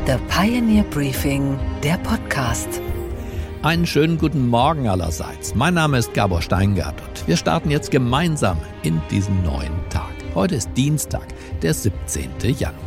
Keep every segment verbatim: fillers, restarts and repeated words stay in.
The Pioneer Briefing, der Podcast. Einen schönen guten Morgen allerseits. Mein Name ist Gabor Steingart und wir starten jetzt gemeinsam in diesen neuen Tag. Heute ist Dienstag, der siebzehnten Januar.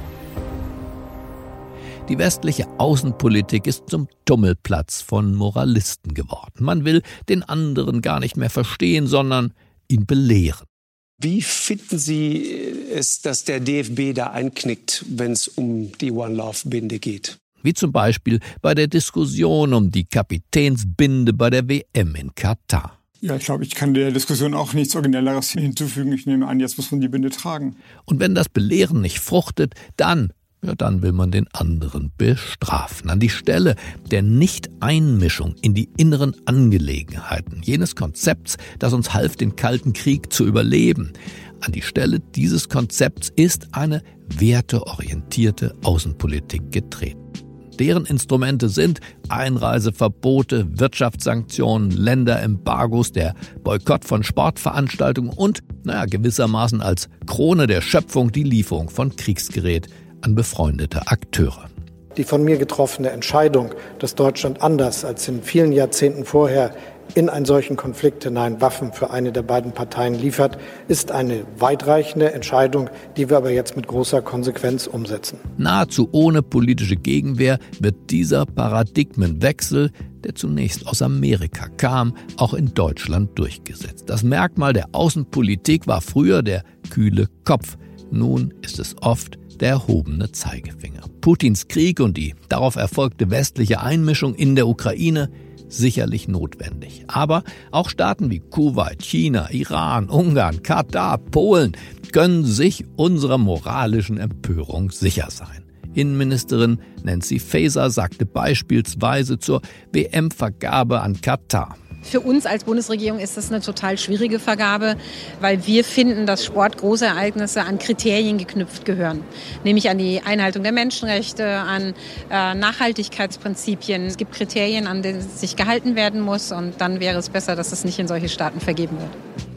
Die westliche Außenpolitik ist zum Tummelplatz von Moralisten geworden. Man will den anderen gar nicht mehr verstehen, sondern ihn belehren. Wie finden Sie es, dass der D F B da einknickt, wenn es um die One Love Binde geht? Wie zum Beispiel bei der Diskussion um die Kapitänsbinde bei der W M in Katar. Ja, ich glaube, ich kann der Diskussion auch nichts Originelleres hinzufügen. Ich nehme an, jetzt muss man die Binde tragen. Und wenn das Belehren nicht fruchtet, dann, ja, dann will man den anderen bestrafen. An die Stelle der Nicht-Einmischung in die inneren Angelegenheiten, jenes Konzepts, das uns half, den Kalten Krieg zu überleben. An die Stelle dieses Konzepts ist eine werteorientierte Außenpolitik getreten. Deren Instrumente sind Einreiseverbote, Wirtschaftssanktionen, Länderembargos, der Boykott von Sportveranstaltungen und, naja, gewissermaßen als Krone der Schöpfung die Lieferung von Kriegsgerät an befreundete Akteure. Die von mir getroffene Entscheidung, dass Deutschland anders als in vielen Jahrzehnten vorher in einen solchen Konflikt hinein Waffen für eine der beiden Parteien liefert, ist eine weitreichende Entscheidung, die wir aber jetzt mit großer Konsequenz umsetzen. Nahezu ohne politische Gegenwehr wird dieser Paradigmenwechsel, der zunächst aus Amerika kam, auch in Deutschland durchgesetzt. Das Merkmal der Außenpolitik war früher der kühle Kopf. Nun ist es oft der erhobene Zeigefinger. Putins Krieg und die darauf erfolgte westliche Einmischung in der Ukraine sicherlich notwendig. Aber auch Staaten wie Kuwait, China, Iran, Ungarn, Katar, Polen können sich unserer moralischen Empörung sicher sein. Innenministerin Nancy Faeser sagte beispielsweise zur W M-Vergabe an Katar: Für uns als Bundesregierung ist das eine total schwierige Vergabe, weil wir finden, dass Sportgroßereignisse an Kriterien geknüpft gehören. Nämlich an die Einhaltung der Menschenrechte, an äh, Nachhaltigkeitsprinzipien. Es gibt Kriterien, an denen sich gehalten werden muss, und dann wäre es besser, dass es nicht in solche Staaten vergeben wird.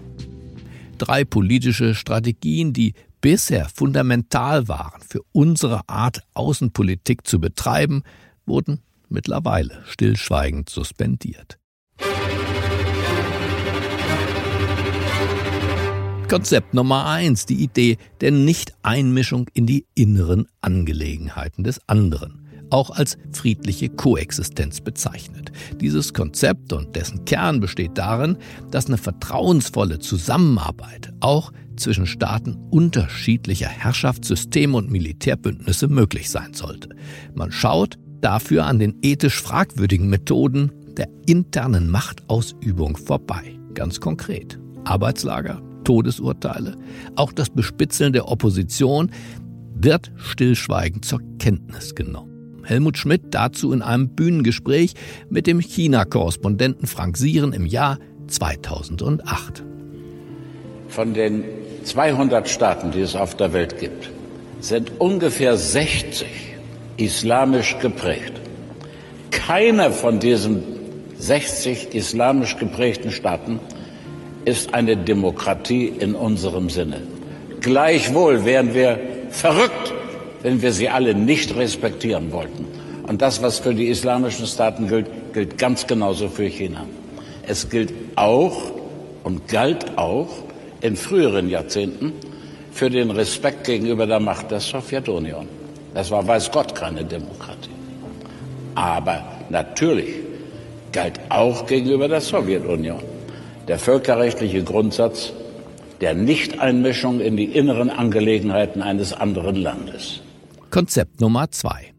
Drei politische Strategien, die bisher fundamental waren für unsere Art, Außenpolitik zu betreiben, wurden mittlerweile stillschweigend suspendiert. Konzept Nummer eins, die Idee der Nicht-Einmischung in die inneren Angelegenheiten des anderen, auch als friedliche Koexistenz bezeichnet. Dieses Konzept und dessen Kern besteht darin, dass eine vertrauensvolle Zusammenarbeit auch zwischen Staaten unterschiedlicher Herrschaftssysteme und Militärbündnisse möglich sein sollte. Man schaut dafür an den ethisch fragwürdigen Methoden der internen Machtausübung vorbei. Ganz konkret: Arbeitslager, Todesurteile, auch das Bespitzeln der Opposition wird stillschweigend zur Kenntnis genommen. Helmut Schmidt dazu in einem Bühnengespräch mit dem China-Korrespondenten Frank Sieren im Jahr zweitausendacht. Von den zweihundert Staaten, die es auf der Welt gibt, sind ungefähr sechzig islamisch geprägt. Keiner von diesen sechzig islamisch geprägten Staaten ist eine Demokratie in unserem Sinne. Gleichwohl wären wir verrückt, wenn wir sie alle nicht respektieren wollten. Und das, was für die islamischen Staaten gilt, gilt ganz genauso für China. Es gilt auch und galt auch in früheren Jahrzehnten für den Respekt gegenüber der Macht der Sowjetunion. Das war, weiß Gott, keine Demokratie. Aber natürlich galt auch gegenüber der Sowjetunion der völkerrechtliche Grundsatz der Nichteinmischung in die inneren Angelegenheiten eines anderen Landes. Konzept Nummer zwei.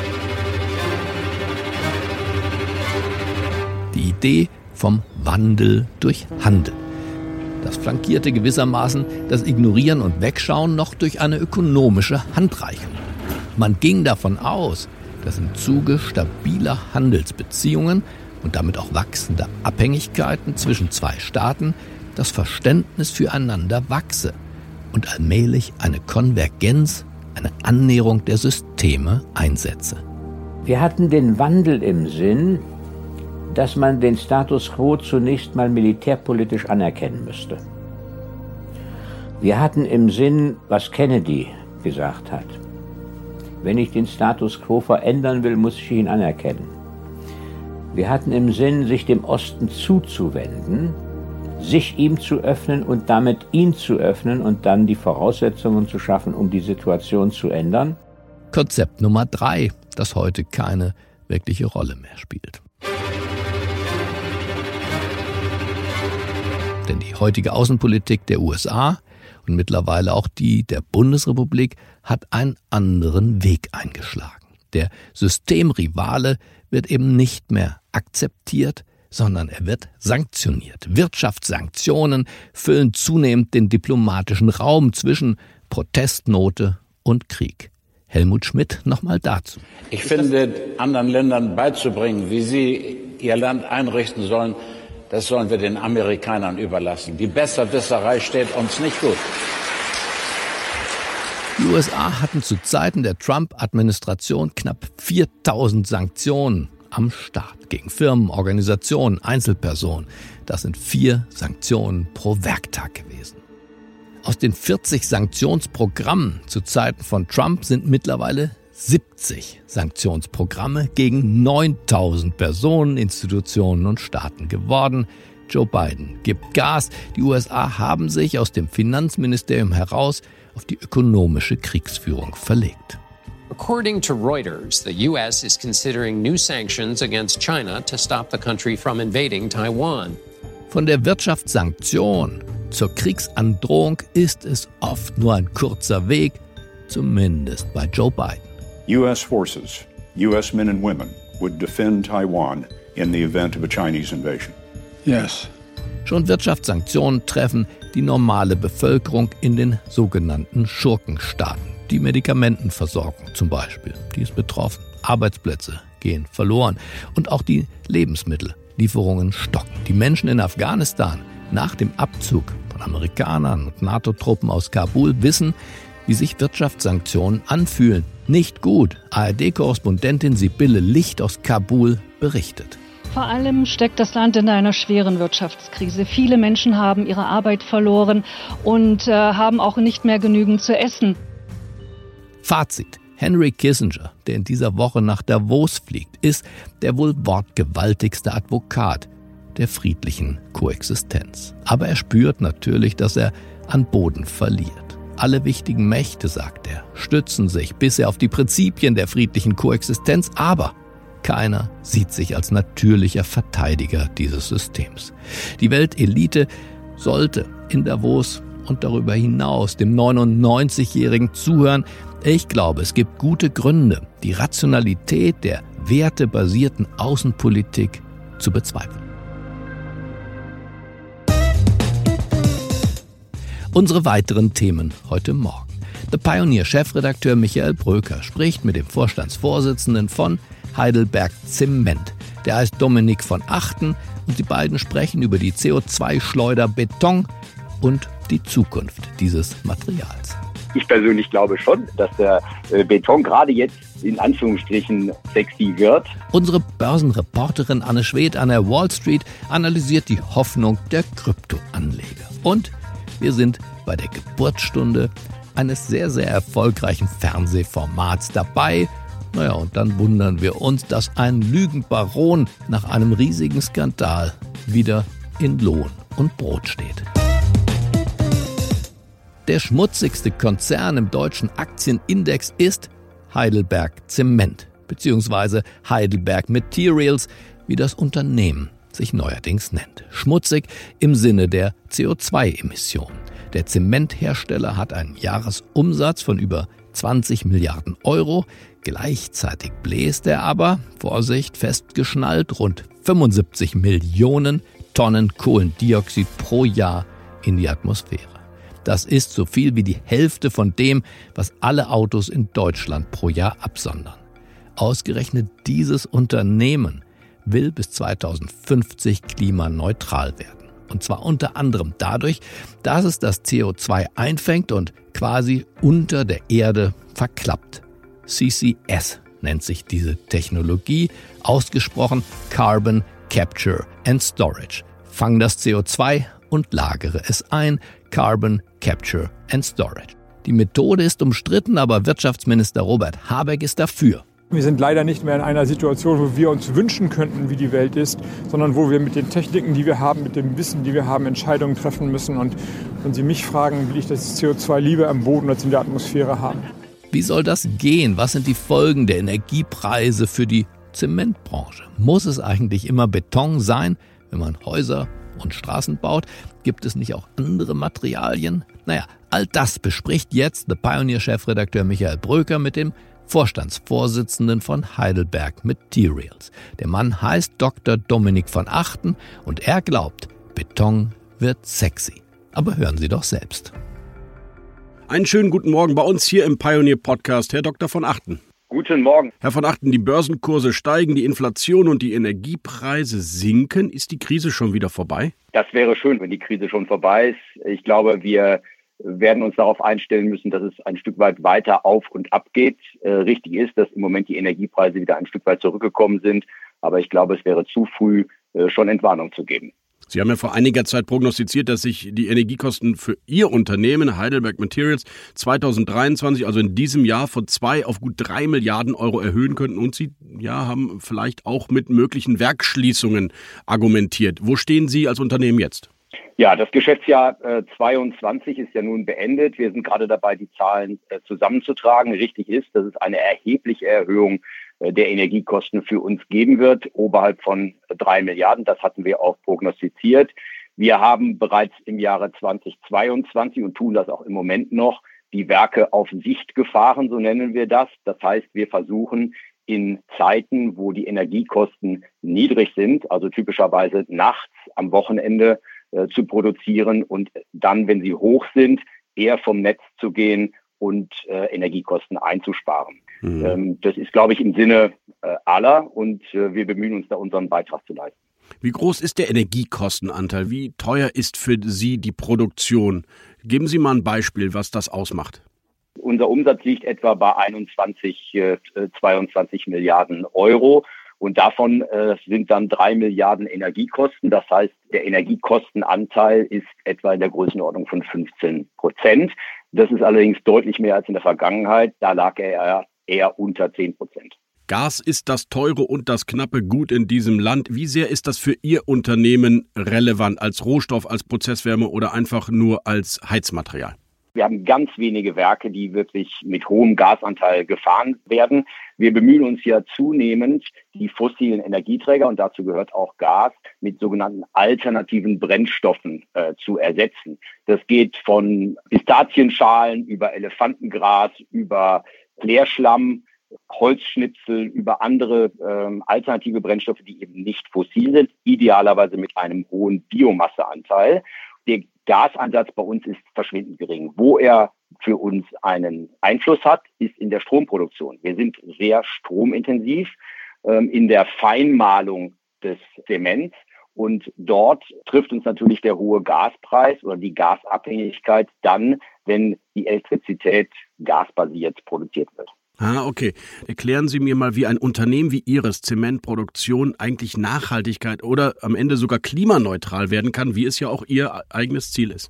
Die Idee vom Wandel durch Handel. Das flankierte gewissermaßen das Ignorieren und Wegschauen noch durch eine ökonomische Handreichung. Man ging davon aus, dass im Zuge stabiler Handelsbeziehungen und damit auch wachsender Abhängigkeiten zwischen zwei Staaten das Verständnis füreinander wachse und allmählich eine Konvergenz, eine Annäherung der Systeme einsetze. Wir hatten den Wandel im Sinn, dass man den Status quo zunächst mal militärpolitisch anerkennen müsste. Wir hatten im Sinn, was Kennedy gesagt hat: Wenn ich den Status quo verändern will, muss ich ihn anerkennen. Wir hatten im Sinn, sich dem Osten zuzuwenden, sich ihm zu öffnen und damit ihn zu öffnen und dann die Voraussetzungen zu schaffen, um die Situation zu ändern. Konzept Nummer drei, das heute keine wirkliche Rolle mehr spielt. Denn die heutige Außenpolitik der U S A und mittlerweile auch die der Bundesrepublik hat einen anderen Weg eingeschlagen. Der Systemrivale wird eben nicht mehr akzeptiert, sondern er wird sanktioniert. Wirtschaftssanktionen füllen zunehmend den diplomatischen Raum zwischen Protestnote und Krieg. Helmut Schmidt nochmal dazu. Ich finde, anderen Ländern beizubringen, wie sie ihr Land einrichten sollen, das sollen wir den Amerikanern überlassen. Die Besserwisserei steht uns nicht gut. Die U S A hatten zu Zeiten der Trump-Administration knapp viertausend Sanktionen am Start gegen Firmen, Organisationen, Einzelpersonen. Das sind vier Sanktionen pro Werktag gewesen. Aus den vierzig Sanktionsprogrammen zu Zeiten von Trump sind mittlerweile siebzig Sanktionsprogramme gegen neuntausend Personen, Institutionen und Staaten geworden. Joe Biden gibt Gas. Die U S A haben sich aus dem Finanzministerium heraus auf die ökonomische Kriegsführung verlegt. According to Reuters, the U S is considering new sanctions against China to stop the country from invading Taiwan. Von der Wirtschaftssanktion zur Kriegsandrohung ist es oft nur ein kurzer Weg, zumindest bei Joe Biden. U S forces, U S men and women would defend Taiwan in the event of a Chinese invasion. Yes. Schon Wirtschaftssanktionen treffen die normale Bevölkerung in den sogenannten Schurkenstaaten. Die Medikamentenversorgung zum Beispiel, die ist betroffen. Arbeitsplätze gehen verloren und auch die Lebensmittellieferungen stocken. Die Menschen in Afghanistan nach dem Abzug von Amerikanern und NATO-Truppen aus Kabul wissen, wie sich Wirtschaftssanktionen anfühlen. Nicht gut. A R D-Korrespondentin Sibylle Licht aus Kabul berichtet. Vor allem steckt das Land in einer schweren Wirtschaftskrise. Viele Menschen haben ihre Arbeit verloren und äh, haben auch nicht mehr genügend zu essen. Fazit. Henry Kissinger, der in dieser Woche nach Davos fliegt, ist der wohl wortgewaltigste Advokat der friedlichen Koexistenz. Aber er spürt natürlich, dass er an Boden verliert. Alle wichtigen Mächte, sagt er, stützen sich bisher auf die Prinzipien der friedlichen Koexistenz, aber keiner sieht sich als natürlicher Verteidiger dieses Systems. Die Weltelite sollte in Davos und darüber hinaus dem neunundneunzigjährigen zuhören. Ich glaube, es gibt gute Gründe, die Rationalität der wertebasierten Außenpolitik zu bezweifeln. Unsere weiteren Themen heute Morgen. The Pioneer-Chefredakteur Michael Bröker spricht mit dem Vorstandsvorsitzenden von Heidelberg Zement. Der heißt Dominik von Achten und die beiden sprechen über die C O zwei Schleuder Beton und die Zukunft dieses Materials. Ich persönlich glaube schon, dass der Beton gerade jetzt in Anführungsstrichen sexy wird. Unsere Börsenreporterin Anne Schwedt an der Wall Street analysiert die Hoffnung der Kryptoanleger. Und wir sind bei der Geburtsstunde eines sehr, sehr erfolgreichen Fernsehformats dabei. Naja, und dann wundern wir uns, dass ein Lügenbaron nach einem riesigen Skandal wieder in Lohn und Brot steht. Der schmutzigste Konzern im deutschen Aktienindex ist Heidelberg Zement bzw. Heidelberg Materials, wie das Unternehmen sich neuerdings nennt. Schmutzig im Sinne der C O zwei Emissionen. Der Zementhersteller hat einen Jahresumsatz von über zwanzig Milliarden Euro. Gleichzeitig bläst er aber, Vorsicht, festgeschnallt, rund fünfundsiebzig Millionen Tonnen Kohlendioxid pro Jahr in die Atmosphäre. Das ist so viel wie die Hälfte von dem, was alle Autos in Deutschland pro Jahr absondern. Ausgerechnet dieses Unternehmen will bis zweitausendfünfzig klimaneutral werden. Und zwar unter anderem dadurch, dass es das C O zwei einfängt und quasi unter der Erde verklappt. C C S nennt sich diese Technologie, ausgesprochen Carbon Capture and Storage. Fang das C O zwei und lagere es ein, Carbon Capture and Storage. Die Methode ist umstritten, aber Wirtschaftsminister Robert Habeck ist dafür. Wir sind leider nicht mehr in einer Situation, wo wir uns wünschen könnten, wie die Welt ist, sondern wo wir mit den Techniken, die wir haben, mit dem Wissen, die wir haben, Entscheidungen treffen müssen. Und wenn Sie mich fragen, will ich das C O zwei lieber am Boden als in der Atmosphäre haben. Wie soll das gehen? Was sind die Folgen der Energiepreise für die Zementbranche? Muss es eigentlich immer Beton sein, wenn man Häuser und Straßen baut? Gibt es nicht auch andere Materialien? Naja, all das bespricht jetzt The Pioneer-Chefredakteur Michael Bröker mit dem Vorstandsvorsitzenden von Heidelberg Materials. Der Mann heißt Doktor Dominik von Achten und er glaubt, Beton wird sexy. Aber hören Sie doch selbst. Einen schönen guten Morgen bei uns hier im Pioneer-Podcast, Herr Doktor von Achten. Guten Morgen. Herr von Achten, die Börsenkurse steigen, die Inflation und die Energiepreise sinken. Ist die Krise schon wieder vorbei? Das wäre schön, wenn die Krise schon vorbei ist. Ich glaube, wir werden uns darauf einstellen müssen, dass es ein Stück weit weiter auf und ab geht. Äh, richtig ist, dass im Moment die Energiepreise wieder ein Stück weit zurückgekommen sind. Aber ich glaube, es wäre zu früh, äh, schon Entwarnung zu geben. Sie haben ja vor einiger Zeit prognostiziert, dass sich die Energiekosten für Ihr Unternehmen Heidelberg Materials zweitausenddreiundzwanzig, also in diesem Jahr, von zwei auf gut drei Milliarden Euro erhöhen könnten. Und Sie ja, haben vielleicht auch mit möglichen Werksschließungen argumentiert. Wo stehen Sie als Unternehmen jetzt? Ja, das Geschäftsjahr äh, zweiundzwanzig ist ja nun beendet. Wir sind gerade dabei, die Zahlen äh, zusammenzutragen. Richtig ist, dass es eine erhebliche Erhöhung äh, der Energiekosten für uns geben wird, oberhalb von äh, drei Milliarden. Das hatten wir auch prognostiziert. Wir haben bereits im Jahre zweitausendzweiundzwanzig und tun das auch im Moment noch, die Werke auf Sicht gefahren, so nennen wir das. Das heißt, wir versuchen in Zeiten, wo die Energiekosten niedrig sind, also typischerweise nachts am Wochenende, zu produzieren und dann, wenn sie hoch sind, eher vom Netz zu gehen und äh, Energiekosten einzusparen. Mhm. Ähm, das ist, glaube ich, im Sinne äh, aller und äh, wir bemühen uns da, unseren Beitrag zu leisten. Wie groß ist der Energiekostenanteil? Wie teuer ist für Sie die Produktion? Geben Sie mal ein Beispiel, was das ausmacht. Unser Umsatz liegt etwa bei einundzwanzig, zweiundzwanzig Milliarden Euro. Und davon äh, sind dann drei Milliarden Energiekosten. Das heißt, der Energiekostenanteil ist etwa in der Größenordnung von fünfzehn Prozent. Das ist allerdings deutlich mehr als in der Vergangenheit. Da lag er eher unter zehn Prozent. Gas ist das teure und das knappe Gut in diesem Land. Wie sehr ist das für Ihr Unternehmen relevant als Rohstoff, als Prozesswärme oder einfach nur als Heizmaterial? Wir haben ganz wenige Werke, die wirklich mit hohem Gasanteil gefahren werden. Wir bemühen uns ja zunehmend, die fossilen Energieträger, und dazu gehört auch Gas, mit sogenannten alternativen Brennstoffen äh, zu ersetzen. Das geht von Pistazienschalen über Elefantengras, über Klärschlamm, Holzschnitzel, über andere ähm, alternative Brennstoffe, die eben nicht fossil sind, idealerweise mit einem hohen Biomasseanteil. Der Gasansatz bei uns ist verschwindend gering. Wo er für uns einen Einfluss hat, ist in der Stromproduktion. Wir sind sehr stromintensiv ähm, in der Feinmalung des Zements und dort trifft uns natürlich der hohe Gaspreis oder die Gasabhängigkeit dann, wenn die Elektrizität gasbasiert produziert wird. Ah, okay. Erklären Sie mir mal, wie ein Unternehmen wie Ihres, Zementproduktion, eigentlich Nachhaltigkeit oder am Ende sogar klimaneutral werden kann, wie es ja auch Ihr eigenes Ziel ist.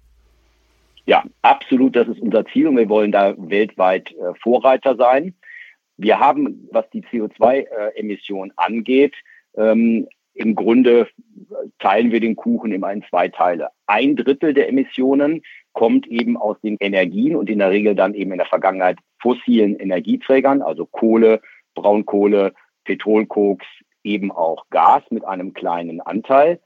Ja, absolut, das ist unser Ziel und wir wollen da weltweit äh, Vorreiter sein. Wir haben, was die C O zwei Emissionen angeht, ähm, im Grunde teilen wir den Kuchen immer in zwei Teile. Ein Drittel der Emissionen kommt eben aus den Energien und in der Regel dann eben in der Vergangenheit fossilen Energieträgern, also Kohle, Braunkohle, Petrolkoks, eben auch Gas mit einem kleinen Anteil.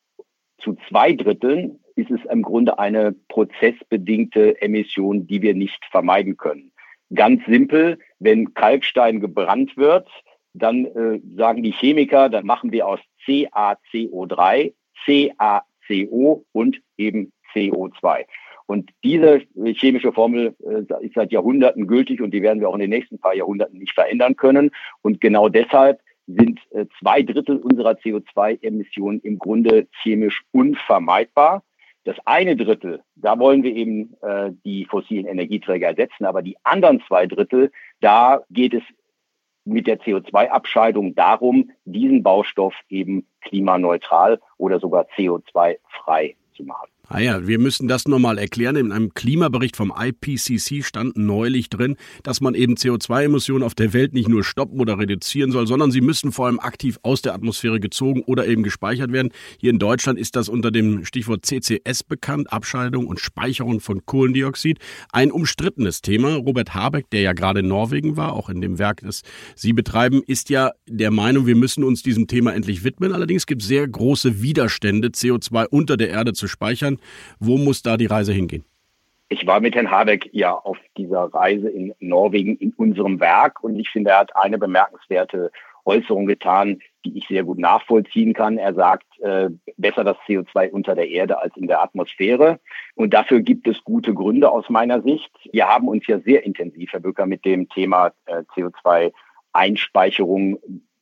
Zu zwei Dritteln ist es im Grunde eine prozessbedingte Emission, die wir nicht vermeiden können. Ganz simpel, wenn Kalkstein gebrannt wird, dann äh, sagen die Chemiker, dann machen wir aus C A C O drei, C A C O und eben C O zwei. Und diese chemische Formel äh, ist seit Jahrhunderten gültig und die werden wir auch in den nächsten paar Jahrhunderten nicht verändern können. Und genau deshalb sind äh, zwei Drittel unserer C O zwei Emissionen im Grunde chemisch unvermeidbar. Das eine Drittel, da wollen wir eben äh, die fossilen Energieträger ersetzen, aber die anderen zwei Drittel, da geht es mit der C O zwei Abscheidung darum, diesen Baustoff eben klimaneutral oder sogar C O zwei frei zu machen. Ah ja, wir müssen das nochmal erklären. In einem Klimabericht vom I P C C stand neulich drin, dass man eben C O zwei Emissionen auf der Welt nicht nur stoppen oder reduzieren soll, sondern sie müssen vor allem aktiv aus der Atmosphäre gezogen oder eben gespeichert werden. Hier in Deutschland ist das unter dem Stichwort C C S bekannt, Abscheidung und Speicherung von Kohlendioxid. Ein umstrittenes Thema. Robert Habeck, der ja gerade in Norwegen war, auch in dem Werk, das Sie betreiben, ist ja der Meinung, wir müssen uns diesem Thema endlich widmen. Allerdings gibt es sehr große Widerstände, C O zwei unter der Erde zu speichern. Wo muss da die Reise hingehen? Ich war mit Herrn Habeck ja auf dieser Reise in Norwegen in unserem Werk und ich finde, er hat eine bemerkenswerte Äußerung getan, die ich sehr gut nachvollziehen kann. Er sagt, äh, besser das C O zwei unter der Erde als in der Atmosphäre. Und dafür gibt es gute Gründe aus meiner Sicht. Wir haben uns ja sehr intensiv, Herr Böker, mit dem Thema äh, C O zwei Einspeicherung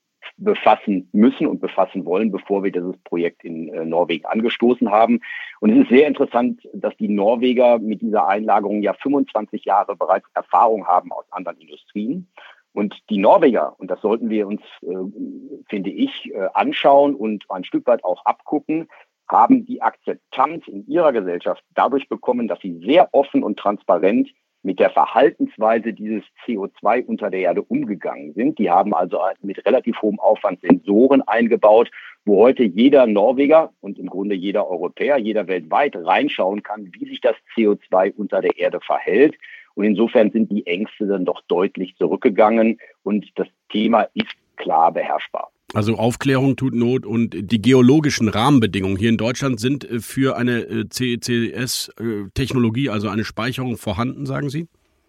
befassen müssen und befassen wollen, bevor wir dieses Projekt in äh, Norwegen angestoßen haben. Und es ist sehr interessant, dass die Norweger mit dieser Einlagerung ja fünfundzwanzig Jahre bereits Erfahrung haben aus anderen Industrien. Und die Norweger, und das sollten wir uns, äh, finde ich, äh, anschauen und ein Stück weit auch abgucken, haben die Akzeptanz in ihrer Gesellschaft dadurch bekommen, dass sie sehr offen und transparent mit der Verhaltensweise dieses C O zwei unter der Erde umgegangen sind. Die haben also mit relativ hohem Aufwand Sensoren eingebaut, wo heute jeder Norweger und im Grunde jeder Europäer, jeder weltweit reinschauen kann, wie sich das C O zwei unter der Erde verhält. Und insofern sind die Ängste dann doch deutlich zurückgegangen und das Thema ist klar beherrschbar. Also Aufklärung tut Not und die geologischen Rahmenbedingungen hier in Deutschland sind für eine C C S-Technologie, also eine Speicherung vorhanden, sagen Sie?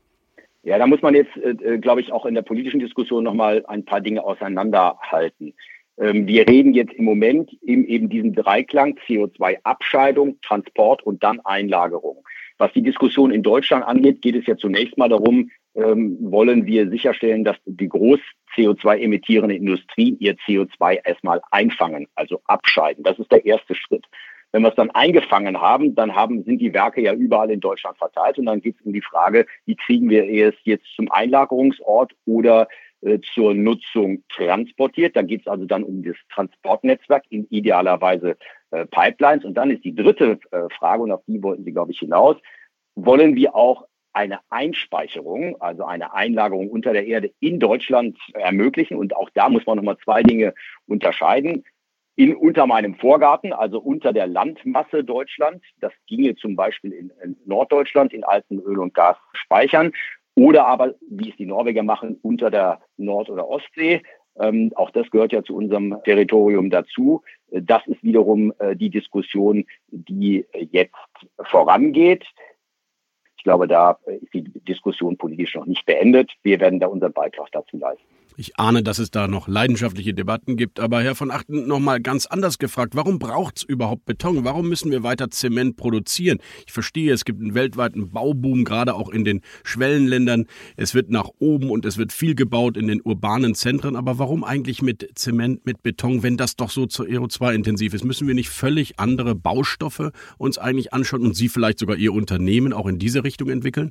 Ja, da muss man jetzt, äh, glaube ich, auch in der politischen Diskussion nochmal ein paar Dinge auseinanderhalten. Ähm, wir reden jetzt im Moment in eben diesem Dreiklang C O zwei Abscheidung, Transport und dann Einlagerung. Was die Diskussion in Deutschland angeht, geht es ja zunächst mal darum, ähm, wollen wir sicherstellen, dass die groß C O zwei emittierende Industrie ihr C O zwei erstmal einfangen, also abscheiden. Das ist der erste Schritt. Wenn wir es dann eingefangen haben, dann haben, sind die Werke ja überall in Deutschland verteilt und dann geht es um die Frage, wie kriegen wir es jetzt zum Einlagerungsort oder äh, zur Nutzung transportiert. Da geht es also dann um das Transportnetzwerk, in idealerweise äh, Pipelines. Und dann ist die dritte äh, Frage, und auf die wollten Sie, glaube ich, hinaus, wollen wir auch eine Einspeicherung, also eine Einlagerung unter der Erde in Deutschland ermöglichen. Und auch da muss man nochmal zwei Dinge unterscheiden. In, unter meinem Vorgarten, also unter der Landmasse Deutschland, das ginge zum Beispiel in, in Norddeutschland in alten Öl- und Gasspeichern, oder aber, wie es die Norweger machen, unter der Nord- oder Ostsee. Ähm, auch das gehört ja zu unserem Territorium dazu. Das ist wiederum äh, die Diskussion, die jetzt vorangeht. Ich glaube, da ist die Diskussion politisch noch nicht beendet. Wir werden da unseren Beitrag dazu leisten. Ich ahne, dass es da noch leidenschaftliche Debatten gibt. Aber Herr von Achten, noch mal ganz anders gefragt. Warum braucht es überhaupt Beton? Warum müssen wir weiter Zement produzieren? Ich verstehe, es gibt einen weltweiten Bauboom, gerade auch in den Schwellenländern. Es wird nach oben und es wird viel gebaut in den urbanen Zentren. Aber warum eigentlich mit Zement, mit Beton, wenn das doch so C O zwei intensiv ist? Müssen wir nicht völlig andere Baustoffe uns eigentlich anschauen und Sie vielleicht sogar Ihr Unternehmen auch in diese Richtung entwickeln?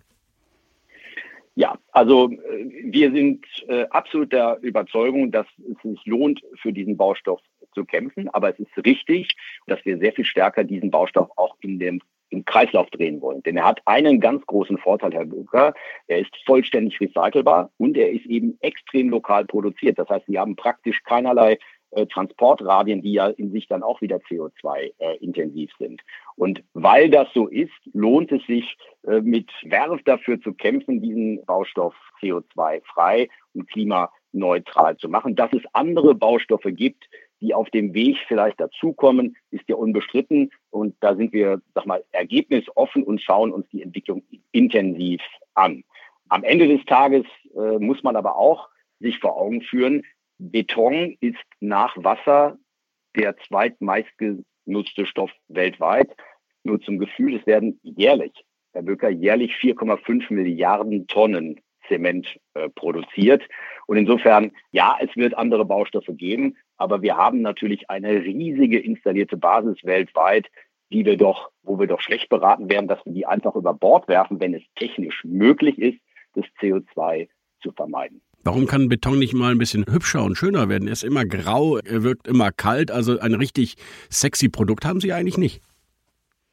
Ja, also wir sind äh, absolut der Überzeugung, dass es sich lohnt, für diesen Baustoff zu kämpfen. Aber es ist richtig, dass wir sehr viel stärker diesen Baustoff auch in dem im Kreislauf drehen wollen. Denn er hat einen ganz großen Vorteil, Herr Böker. Er ist vollständig recycelbar und er ist eben extrem lokal produziert. Das heißt, Sie haben praktisch keinerlei äh, Transportradien, die ja in sich dann auch wieder C O zwei äh, intensiv sind. Und weil das so ist, lohnt es sich, äh, mit Werf dafür zu kämpfen, diesen Baustoff C O zwei frei und klimaneutral zu machen. Dass es andere Baustoffe gibt, die auf dem Weg vielleicht dazukommen, ist ja unbestritten. Und da sind wir, sag mal, ergebnisoffen und schauen uns die Entwicklung intensiv an. Am Ende des Tages äh, muss man aber auch sich vor Augen führen, Beton ist nach Wasser der zweitmeistgenutzte Stoff weltweit. Nur zum Gefühl, es werden jährlich, Herr Böker, jährlich vier Komma fünf Milliarden Tonnen Zement äh, produziert. Und insofern, ja, es wird andere Baustoffe geben, aber wir haben natürlich eine riesige installierte Basis weltweit, die wir doch, wo wir doch schlecht beraten wären, dass wir die einfach über Bord werfen, wenn es technisch möglich ist, das C O zwei zu vermeiden. Warum kann Beton nicht mal ein bisschen hübscher und schöner werden? Er ist immer grau, er wirkt immer kalt, also ein richtig sexy Produkt haben Sie eigentlich nicht.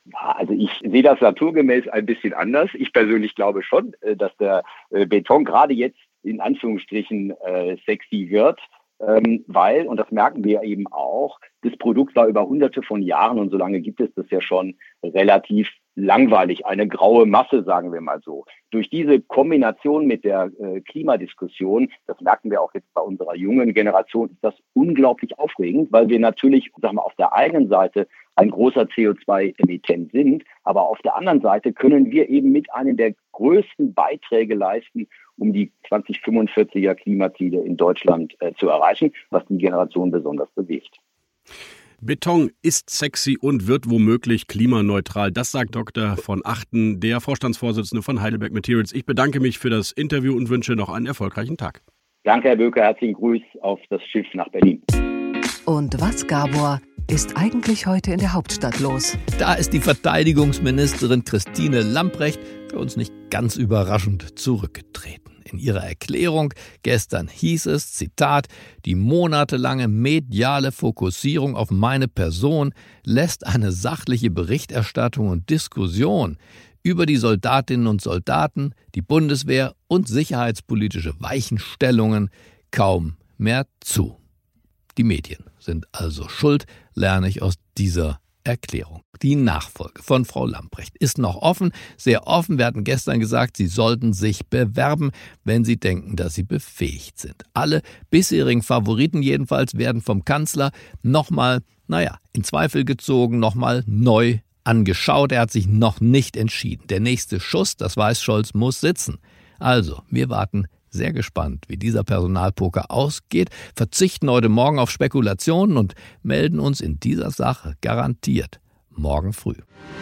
Also ich sehe das naturgemäß ein bisschen anders. Ich persönlich glaube schon, dass der Beton gerade jetzt in Anführungsstrichen äh, sexy wird, ähm, weil, und das merken wir eben auch, das Produkt war über hunderte von Jahren und so lange gibt es das ja schon relativ langweilig, eine graue Masse, sagen wir mal so. Durch diese Kombination mit der äh, Klimadiskussion, das merken wir auch jetzt bei unserer jungen Generation, ist das unglaublich aufregend, weil wir natürlich, sagen wir, auf der einen Seite ein großer C O zwei Emittent sind, aber auf der anderen Seite können wir eben mit einem der größten Beiträge leisten, um die zwanzig fünfundvierziger Klimaziele in Deutschland äh, zu erreichen, was die Generation besonders bewegt. Beton ist sexy und wird womöglich klimaneutral. Das sagt Doktor von Achten, der Vorstandsvorsitzende von Heidelberg Materials. Ich bedanke mich für das Interview und wünsche noch einen erfolgreichen Tag. Danke, Herr Böker. Herzlichen Gruß auf das Schiff nach Berlin. Und was, Gabor, ist eigentlich heute in der Hauptstadt los? Da ist die Verteidigungsministerin Christine Lambrecht für uns nicht ganz überraschend zurückgetreten. In ihrer Erklärung gestern hieß es, Zitat, die monatelange mediale Fokussierung auf meine Person lässt eine sachliche Berichterstattung und Diskussion über die Soldatinnen und Soldaten, die Bundeswehr und sicherheitspolitische Weichenstellungen kaum mehr zu. Die Medien sind also schuld, lerne ich aus dieser Erklärung. Die Nachfolge von Frau Lambrecht ist noch offen, sehr offen. Wir hatten gestern gesagt, Sie sollten sich bewerben, wenn Sie denken, dass Sie befähigt sind. Alle bisherigen Favoriten jedenfalls werden vom Kanzler nochmal, naja, in Zweifel gezogen, nochmal neu angeschaut. Er hat sich noch nicht entschieden. Der nächste Schuss, das weiß Scholz, muss sitzen. Also, wir warten sehr gespannt, wie dieser Personalpoker ausgeht, verzichten heute Morgen auf Spekulationen und melden uns in dieser Sache garantiert morgen früh.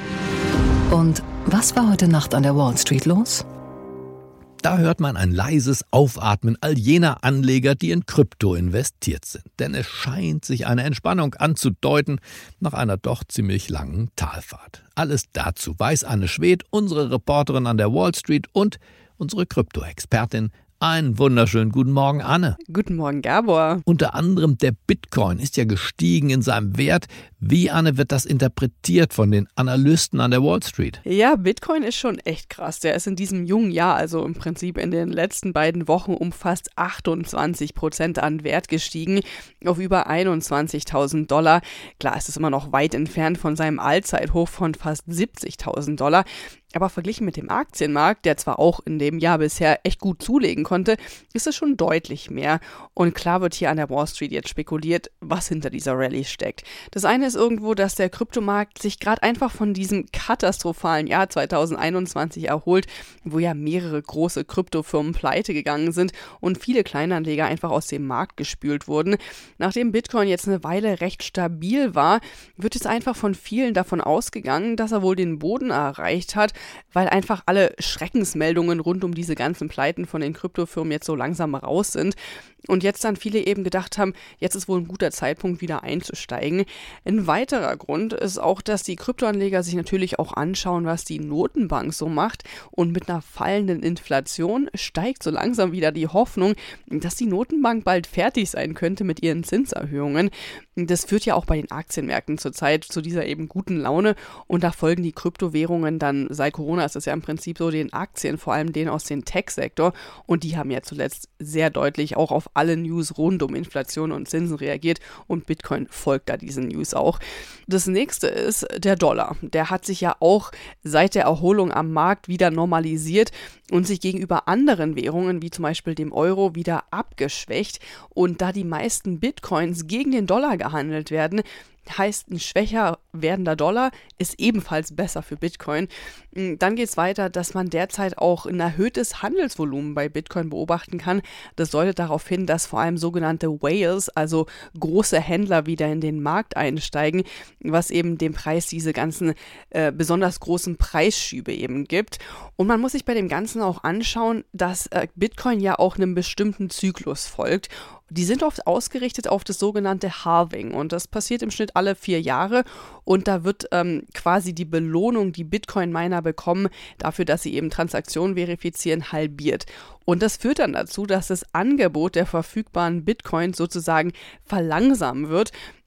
Und was war heute Nacht an der Wall Street los? Da hört man ein leises Aufatmen all jener Anleger, die in Krypto investiert sind. Denn es scheint sich eine Entspannung anzudeuten nach einer doch ziemlich langen Talfahrt. Alles dazu weiß Anne Schwedt, unsere Reporterin an der Wall Street und unsere Krypto-Expertin. Einen wunderschönen guten Morgen, Anne. Guten Morgen, Gabor. Unter anderem der Bitcoin ist ja gestiegen in seinem Wert. Wie, Anne, wird das interpretiert von den Analysten an der Wall Street? Ja, Bitcoin ist schon echt krass. Der ist in diesem jungen Jahr, also im Prinzip in den letzten beiden Wochen, um fast achtundzwanzig Prozent an Wert gestiegen, auf über einundzwanzigtausend Dollar. Klar, ist es immer noch weit entfernt von seinem Allzeithoch von fast siebzigtausend Dollar. Aber verglichen mit dem Aktienmarkt, der zwar auch in dem Jahr bisher echt gut zulegen konnte, ist es schon deutlich mehr. Und klar wird hier an der Wall Street jetzt spekuliert, was hinter dieser Rallye steckt. Das eine ist irgendwo, dass der Kryptomarkt sich gerade einfach von diesem katastrophalen Jahr zweitausendeinundzwanzig erholt, wo ja mehrere große Kryptofirmen pleite gegangen sind und viele Kleinanleger einfach aus dem Markt gespült wurden. Nachdem Bitcoin jetzt eine Weile recht stabil war, wird es einfach von vielen davon ausgegangen, dass er wohl den Boden erreicht hat, weil einfach alle Schreckensmeldungen rund um diese ganzen Pleiten von den Kryptofirmen jetzt so langsam raus sind. Und jetzt dann viele eben gedacht haben, jetzt ist wohl ein guter Zeitpunkt, wieder einzusteigen. Ein weiterer Grund ist auch, dass die Kryptoanleger sich natürlich auch anschauen, was die Notenbank so macht. Und mit einer fallenden Inflation steigt so langsam wieder die Hoffnung, dass die Notenbank bald fertig sein könnte mit ihren Zinserhöhungen. Das führt ja auch bei den Aktienmärkten zurzeit zu dieser eben guten Laune. Und da folgen die Kryptowährungen dann, seit Corona ist es ja im Prinzip so, den Aktien, vor allem denen aus dem Tech-Sektor. Und die haben ja zuletzt sehr deutlich auch auf alle News rund um Inflation und Zinsen reagiert und Bitcoin folgt da diesen News auch. Das nächste ist der Dollar. Der hat sich ja auch seit der Erholung am Markt wieder normalisiert und sich gegenüber anderen Währungen, wie zum Beispiel dem Euro, wieder abgeschwächt. Und da die meisten Bitcoins gegen den Dollar gehandelt werden, heißt, ein schwächer werdender Dollar ist ebenfalls besser für Bitcoin. Dann geht es weiter, dass man derzeit auch ein erhöhtes Handelsvolumen bei Bitcoin beobachten kann. Das deutet darauf hin, dass vor allem sogenannte Whales, also große Händler, wieder in den Markt einsteigen, was eben dem Preis diese ganzen äh, besonders großen Preisschübe eben gibt. Und man muss sich bei dem Ganzen auch anschauen, dass äh, Bitcoin ja auch einem bestimmten Zyklus folgt. Die sind oft ausgerichtet auf das sogenannte Halving und das passiert im Schnitt alle vier Jahre und da wird ähm, quasi die Belohnung, die Bitcoin-Miner bekommen, dafür, dass sie eben Transaktionen verifizieren, halbiert. Und das führt dann dazu, dass das Angebot der verfügbaren Bitcoins sozusagen verlangsamen wird.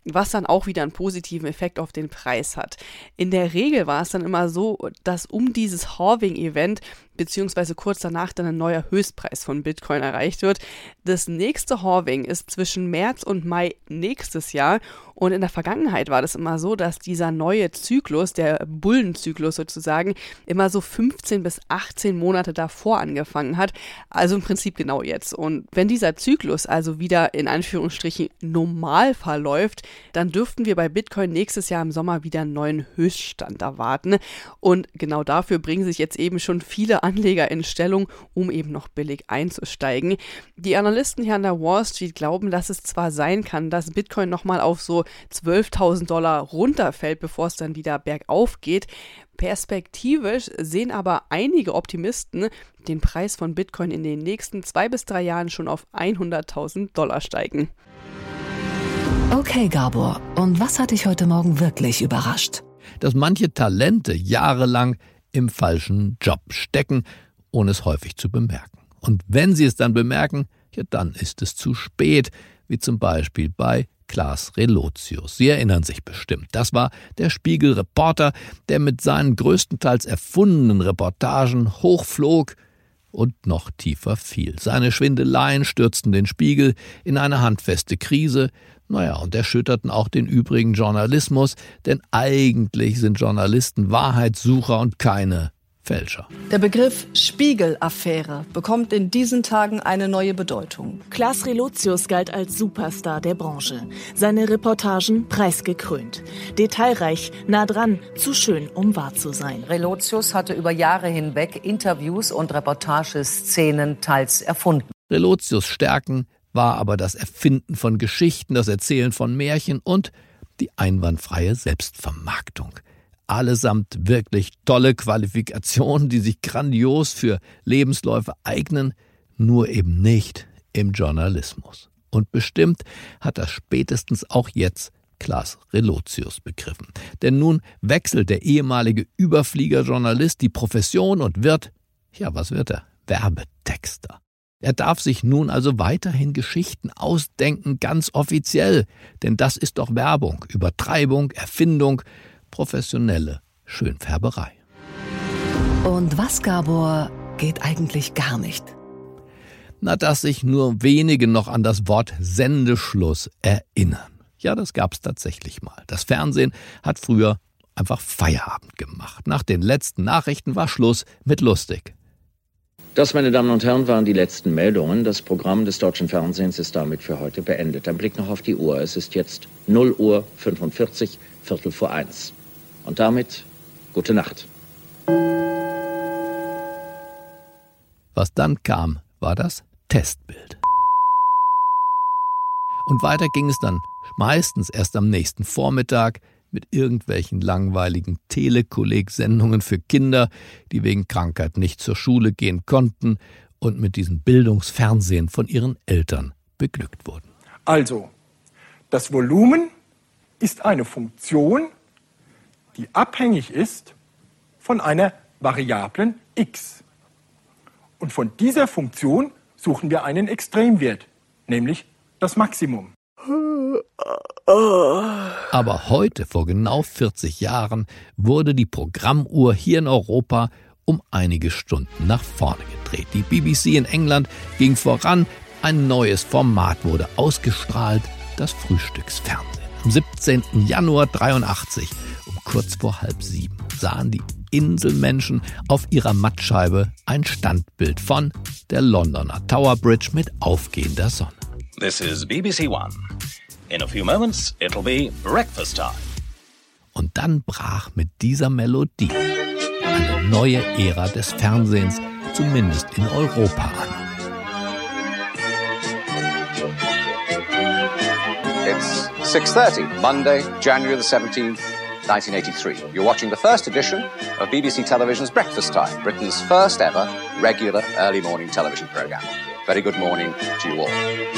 was dann auch wieder einen positiven Effekt auf den Preis hat. In der Regel war es dann immer so, dass um dieses Halving-Event beziehungsweise kurz danach dann ein neuer Höchstpreis von Bitcoin erreicht wird. Das nächste Halving ist zwischen März und Mai nächstes Jahr und in der Vergangenheit war das immer so, dass dieser neue Zyklus, der Bullenzyklus sozusagen, immer so fünfzehn bis achtzehn Monate davor angefangen hat, also im Prinzip genau jetzt. Und wenn dieser Zyklus also wieder in Anführungsstrichen normal verläuft, dann dürften wir bei Bitcoin nächstes Jahr im Sommer wieder einen neuen Höchststand erwarten und genau dafür bringen sich jetzt eben schon viele Anleger in Stellung, um eben noch billig einzusteigen. Die Analysten hier an der Wall Street glauben, dass es zwar sein kann, dass Bitcoin nochmal auf so zwölftausend Dollar runterfällt, bevor es dann wieder bergauf geht. Perspektivisch sehen aber einige Optimisten den Preis von Bitcoin in den nächsten zwei bis drei Jahren schon auf hunderttausend Dollar steigen. Okay, Gabor, und was hat dich heute Morgen wirklich überrascht? Dass manche Talente jahrelang im falschen Job stecken, ohne es häufig zu bemerken. Und wenn sie es dann bemerken, ja, dann ist es zu spät, wie zum Beispiel bei Klaas Relotius. Sie erinnern sich bestimmt. Das war der Spiegel-Reporter, der mit seinen größtenteils erfundenen Reportagen hochflog und noch tiefer fiel. Seine Schwindeleien stürzten den Spiegel in eine handfeste Krise. Naja, und erschütterten auch den übrigen Journalismus, denn eigentlich sind Journalisten Wahrheitssucher und keine Fälscher. Der Begriff Spiegel-Affäre bekommt in diesen Tagen eine neue Bedeutung. Klaas Relotius galt als Superstar der Branche. Seine Reportagen preisgekrönt. Detailreich, nah dran, zu schön, um wahr zu sein. Relotius hatte über Jahre hinweg Interviews und Reportageszenen teils erfunden. Relotius' Stärken war aber das Erfinden von Geschichten, das Erzählen von Märchen und die einwandfreie Selbstvermarktung. Allesamt wirklich tolle Qualifikationen, die sich grandios für Lebensläufe eignen, nur eben nicht im Journalismus. Und bestimmt hat das spätestens auch jetzt Klaas Relotius begriffen. Denn nun wechselt der ehemalige Überfliegerjournalist die Profession und wird, ja was wird er, Werbetexter. Er darf sich nun also weiterhin Geschichten ausdenken, ganz offiziell, denn das ist doch Werbung, Übertreibung, Erfindung, professionelle Schönfärberei. Und was, Gabor, geht eigentlich gar nicht? Na, dass sich nur wenige noch an das Wort Sendeschluss erinnern. Ja, das gab's tatsächlich mal. Das Fernsehen hat früher einfach Feierabend gemacht. Nach den letzten Nachrichten war Schluss mit lustig. Das, meine Damen und Herren, waren die letzten Meldungen. Das Programm des deutschen Fernsehens ist damit für heute beendet. Ein Blick noch auf die Uhr. Es ist jetzt null Uhr fünfundvierzig, Viertel vor eins. Und damit gute Nacht. Was dann kam, war das Testbild. Und weiter ging es dann meistens erst am nächsten Vormittag mit irgendwelchen langweiligen Telekolleg-Sendungen für Kinder, die wegen Krankheit nicht zur Schule gehen konnten und mit diesem Bildungsfernsehen von ihren Eltern beglückt wurden. Also, das Volumen ist eine Funktion, die abhängig ist von einer Variablen x. Und von dieser Funktion suchen wir einen Extremwert, nämlich das Maximum. Aber heute, vor genau vierzig Jahren, wurde die Programmuhr hier in Europa um einige Stunden nach vorne gedreht. Die B B C in England ging voran, ein neues Format wurde ausgestrahlt, das Frühstücksfernsehen. Am siebzehnten Januar dreiundachtzig, um kurz vor halb sieben, sahen die Inselmenschen auf ihrer Mattscheibe ein Standbild von der Londoner Tower Bridge mit aufgehender Sonne. This is B B C One. In a few moments, it'll be breakfast time. Und dann brach mit dieser Melodie eine neue Ära des Fernsehens, zumindest in Europa, an. It's six thirty, Monday, January the seventeenth, nineteen eighty-three. You're watching the first edition of B B C Television's Breakfast Time, Britain's first ever regular early morning television programme. Very good morning to you all.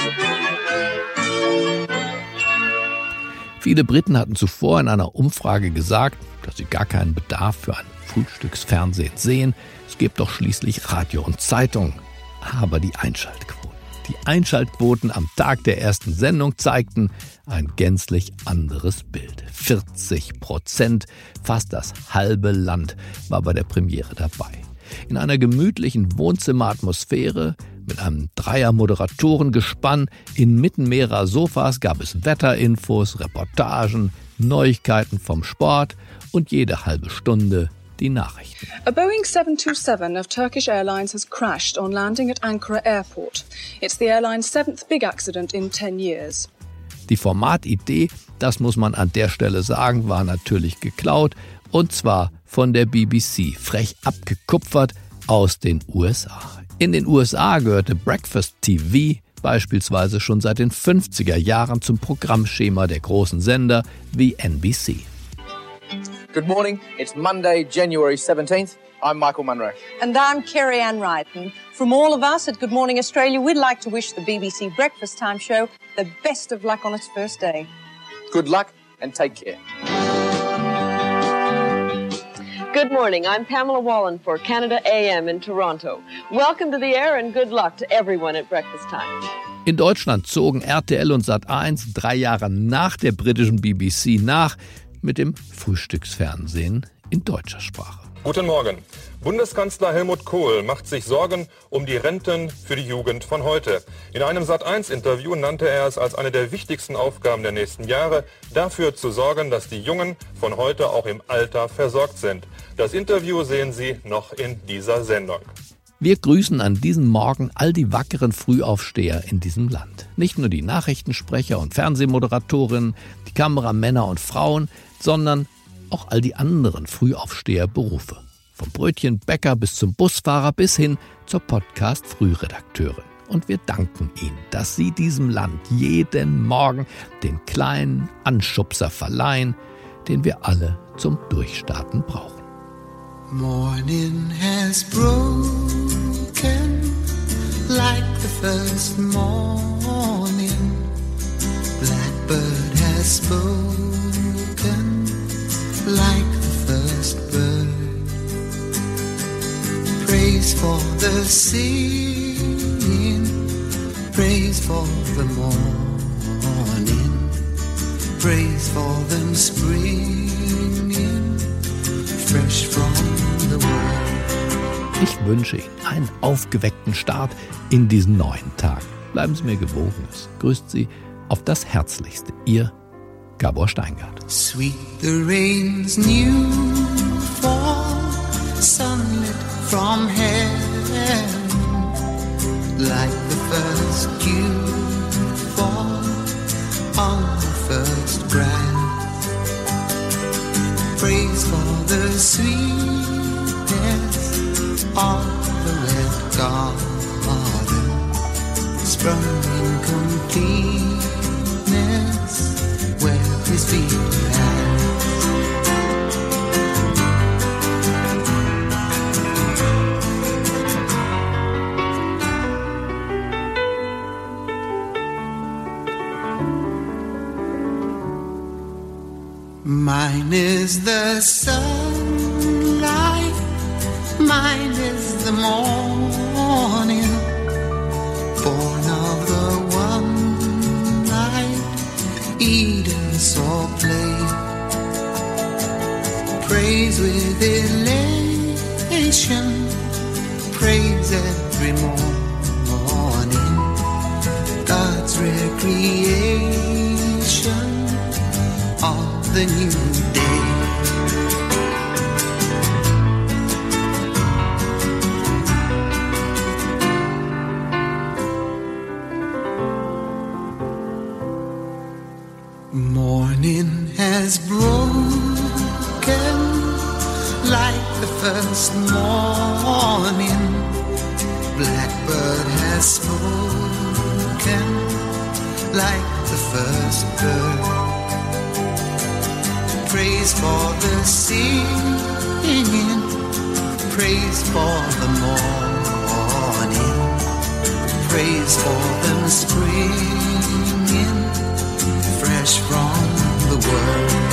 Viele Briten hatten zuvor in einer Umfrage gesagt, dass sie gar keinen Bedarf für ein Frühstücksfernsehen sehen. Es gibt doch schließlich Radio und Zeitung. Aber die Einschaltquoten, Die Einschaltquoten am Tag der ersten Sendung zeigten ein gänzlich anderes Bild. vierzig Prozent, fast das halbe Land, war bei der Premiere dabei. In einer gemütlichen Wohnzimmeratmosphäre mit einem Dreier-Moderatorengespann inmitten mehrerer Sofas gab es Wetterinfos, Reportagen, Neuigkeiten vom Sport und jede halbe Stunde die Nachrichten. A Boeing seven two seven of Turkish Airlines has crashed on landing at Ankara Airport. It's the airline's seventh big accident in ten years. Die Formatidee, das muss man an der Stelle sagen, war natürlich geklaut, und zwar von der B B C, frech abgekupfert aus den U S A. In den U S A gehörte Breakfast T V beispielsweise schon seit den fünfziger Jahren zum Programmschema der großen Sender wie N B C. Good morning, it's Monday, January seventeenth. I'm Michael Munro. And I'm Kerry Ann Wright. And from all of us at Good Morning Australia, we'd like to wish the B B C Breakfast Time show the best of luck on its first day. Good luck and take care. Good morning, I'm Pamela Wallen for Canada A M in Toronto. Welcome to the air and good luck to everyone at Breakfast Time. In Deutschland zogen R T L und Sat eins drei Jahre nach der britischen B B C nach mit dem Frühstücksfernsehen in deutscher Sprache. Guten Morgen. Bundeskanzler Helmut Kohl macht sich Sorgen um die Renten für die Jugend von heute. In einem Sat eins Interview nannte er es als eine der wichtigsten Aufgaben der nächsten Jahre, dafür zu sorgen, dass die Jungen von heute auch im Alter versorgt sind. Das Interview sehen Sie noch in dieser Sendung. Wir grüßen an diesem Morgen all die wackeren Frühaufsteher in diesem Land. Nicht nur die Nachrichtensprecher und Fernsehmoderatorinnen, die Kameramänner und Frauen, sondern auch all die anderen Frühaufsteherberufe. Vom Brötchenbäcker bis zum Busfahrer bis hin zur Podcast-Frühredakteurin. Und wir danken Ihnen, dass Sie diesem Land jeden Morgen den kleinen Anschubser verleihen, den wir alle zum Durchstarten brauchen. Morning has broken like the first morning. Blackbird has spoken like the first bird. Praise for the singing, praise for the morning, praise for them springing fresh from the world. Ich wünsche Ihnen einen aufgeweckten Start in diesen neuen Tag. Bleiben Sie mir gewogen. Es grüßt Sie auf das Herzlichste. Ihr Gabor Steingart. Sweet the rain's new fall, sunlit from heaven, like the first dew fall on the first grass. Praise for the sweetness of the red garden, sprung in completeness where his feet pass. Mine is the sunlight, mine is the morning, born of the one night Eden saw play. Praise with elation, praise every morning, God's recreation of the new day. Morning has broken like the first morning. Blackbird has spoken like the first bird. Praise for the singing, praise for the morning, praise for them springing fresh from the world.